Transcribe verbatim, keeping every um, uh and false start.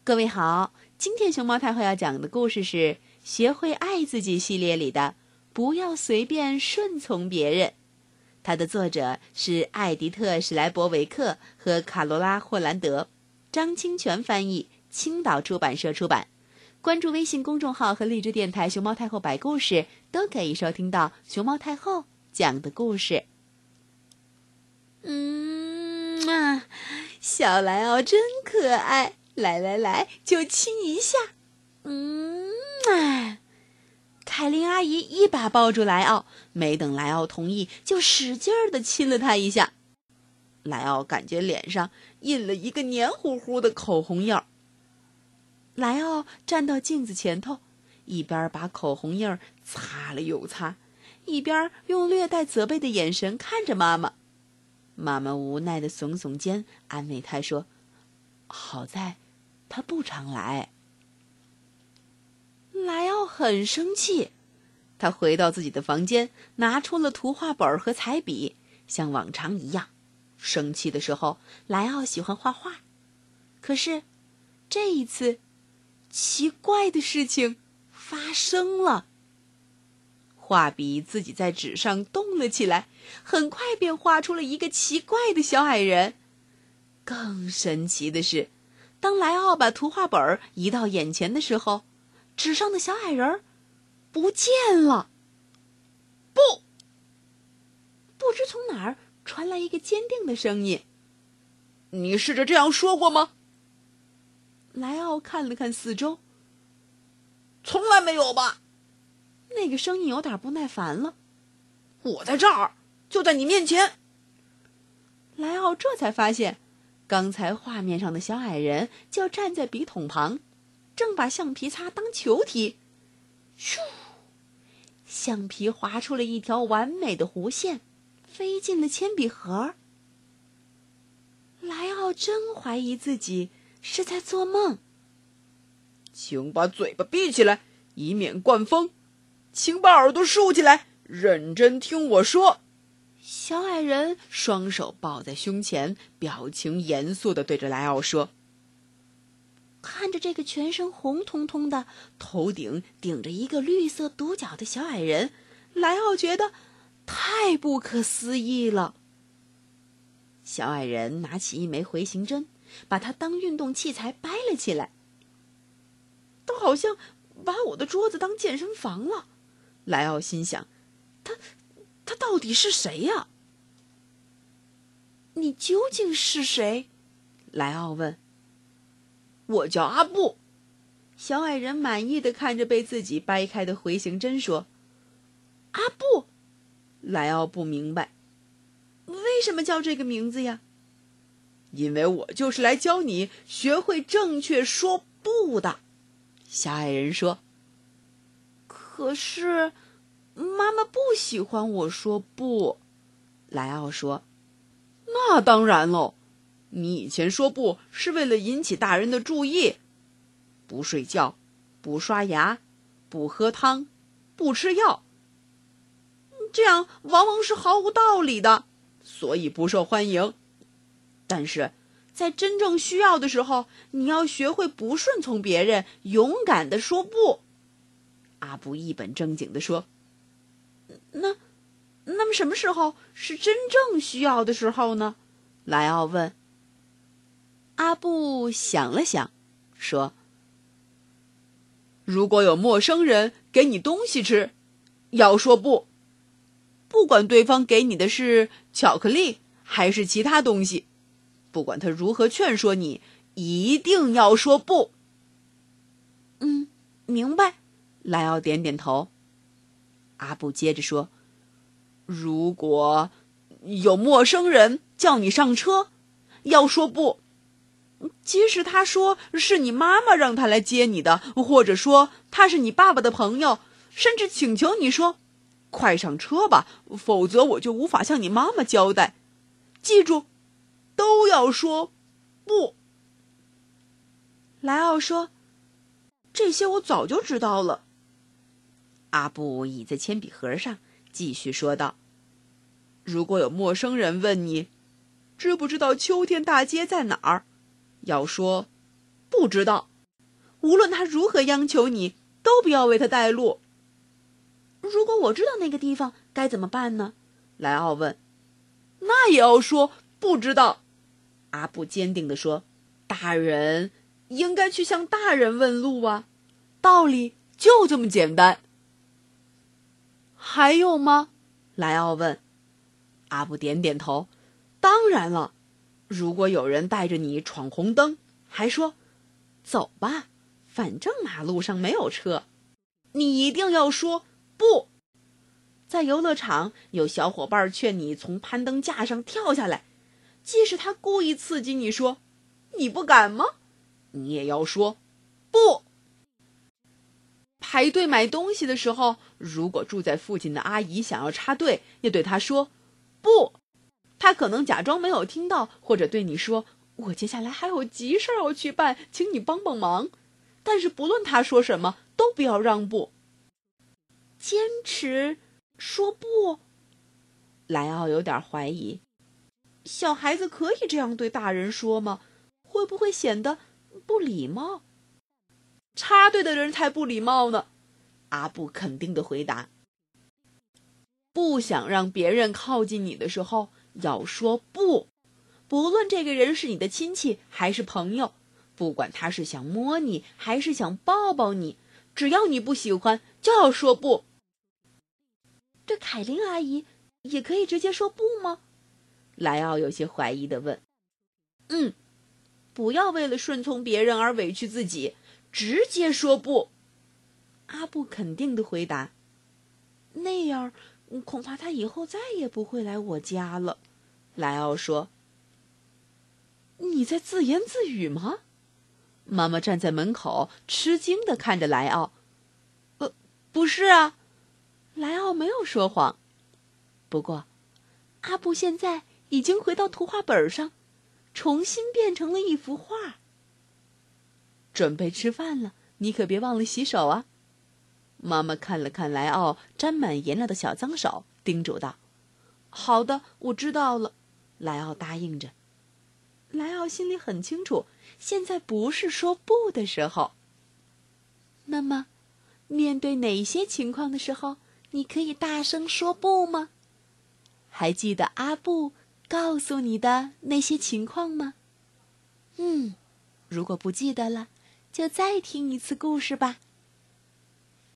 各位好，今天熊猫太后要讲的故事是《学会爱自己》系列里的不要随便顺从别人。它的作者是艾迪特·史莱伯维克和卡罗拉·霍兰德，张清泉翻译，青岛出版社出版。关注微信公众号和荔枝电台熊猫太后摆故事，都可以收听到熊猫太后讲的故事。嗯啊，小莱奥真可爱，来来来，就亲一下。嗯啊，凯琳阿姨一把抱住莱奥，没等莱奥同意，就使劲儿地亲了他一下。莱奥感觉脸上印了一个黏糊糊的口红印儿。莱奥站到镜子前头，一边把口红印儿擦了又擦，一边用略带责备的眼神看着妈妈。妈妈无奈地耸耸肩，安慰他说：“好在他不常来。”莱奥很生气，他回到自己的房间，拿出了图画本和彩笔，像往常一样。生气的时候，莱奥喜欢画画，可是这一次，奇怪的事情发生了。画笔自己在纸上动了起来，很快便画出了一个奇怪的小矮人。更神奇的是，当莱奥把图画本移到眼前的时候，纸上的小矮人不见了。不！不知从哪儿传来一个坚定的声音：“你试着这样说过吗？”莱奥看了看四周，从来没有吧。那个声音有点不耐烦了。我在这儿，就在你面前。莱奥这才发现，刚才画面上的小矮人就站在笔筒旁，正把橡皮擦当球踢。咻！橡皮划出了一条完美的弧线，飞进了铅笔盒。莱奥真怀疑自己是在做梦。请把嘴巴闭起来，以免灌风。请把耳朵竖起来，认真听我说。小矮人双手抱在胸前，表情严肃地对着莱奥说。看着这个全身红彤彤的，头顶顶着一个绿色独角的小矮人，莱奥觉得太不可思议了。小矮人拿起一枚回形针，把它当运动器材掰了起来。他好像把我的桌子当健身房了。莱奥心想，他他到底是谁呀？你究竟是谁？莱奥问。我叫阿布。小矮人满意地看着被自己掰开的回形针说。阿布？莱奥不明白，为什么叫这个名字呀？因为我就是来教你学会正确说不的。小矮人说。可是妈妈不喜欢我说不。莱奥说。那当然喽，你以前说不是为了引起大人的注意。不睡觉，不刷牙，不喝汤，不吃药，这样往往是毫无道理的，所以不受欢迎。但是在真正需要的时候，你要学会不顺从别人，勇敢地说不。阿布一本正经地说。那那么什么时候是真正需要的时候呢？莱奥问。阿布想了想，说。如果有陌生人给你东西吃，要说不。不管对方给你的是巧克力还是其他东西，不管他如何劝说你，一定要说不。嗯，明白。莱奥点点头。阿布接着说，如果有陌生人叫你上车，要说不。即使他说是你妈妈让他来接你的，或者说他是你爸爸的朋友，甚至请求你说快上车吧，否则我就无法向你妈妈交代。记住，都要说不。莱奥说，这些我早就知道了。阿布倚在铅笔盒上，继续说道，如果有陌生人问你，知不知道秋天大街在哪儿？要说不知道， 无论他如何央求你，都不要为他带路。如果我知道那个地方该怎么办呢？莱奥问。那也要说不知道。阿布坚定地说，大人应该去向大人问路啊，道理就这么简单。还有吗？莱奥问。阿布点点头，当然了，如果有人带着你闯红灯，还说走吧，反正马路上没有车，你一定要说不。在游乐场，有小伙伴劝你从攀登架上跳下来，即使他故意刺激你说你不敢吗？你也要说不。排队买东西的时候，如果住在附近的阿姨想要插队，也对她说不。她可能假装没有听到，或者对你说，我接下来还有急事要去办，请你帮帮忙。但是不论她说什么，都不要让步。坚持说不？莱奥有点怀疑，小孩子可以这样对大人说吗？会不会显得不礼貌？插队的人才不礼貌呢。阿布肯定地回答。不想让别人靠近你的时候，要说不。不论这个人是你的亲戚还是朋友，不管他是想摸你还是想抱抱你，只要你不喜欢，就要说不。对凯琳阿姨也可以直接说不吗？莱奥有些怀疑地问。嗯，不要为了顺从别人而委屈自己，直接说不。阿布肯定地回答。那样恐怕他以后再也不会来我家了。莱奥说。你在自言自语吗？妈妈站在门口，吃惊地看着莱奥。呃，不是啊。莱奥没有说谎。不过，阿布现在已经回到图画本上，重新变成了一幅画。准备吃饭了，你可别忘了洗手啊。妈妈看了看莱奥沾满颜料的小脏手，叮嘱道。好的，我知道了。莱奥答应着。莱奥心里很清楚，现在不是说不的时候。那么，面对哪些情况的时候，你可以大声说不吗？还记得阿布告诉你的那些情况吗？嗯，如果不记得了，就再听一次故事吧。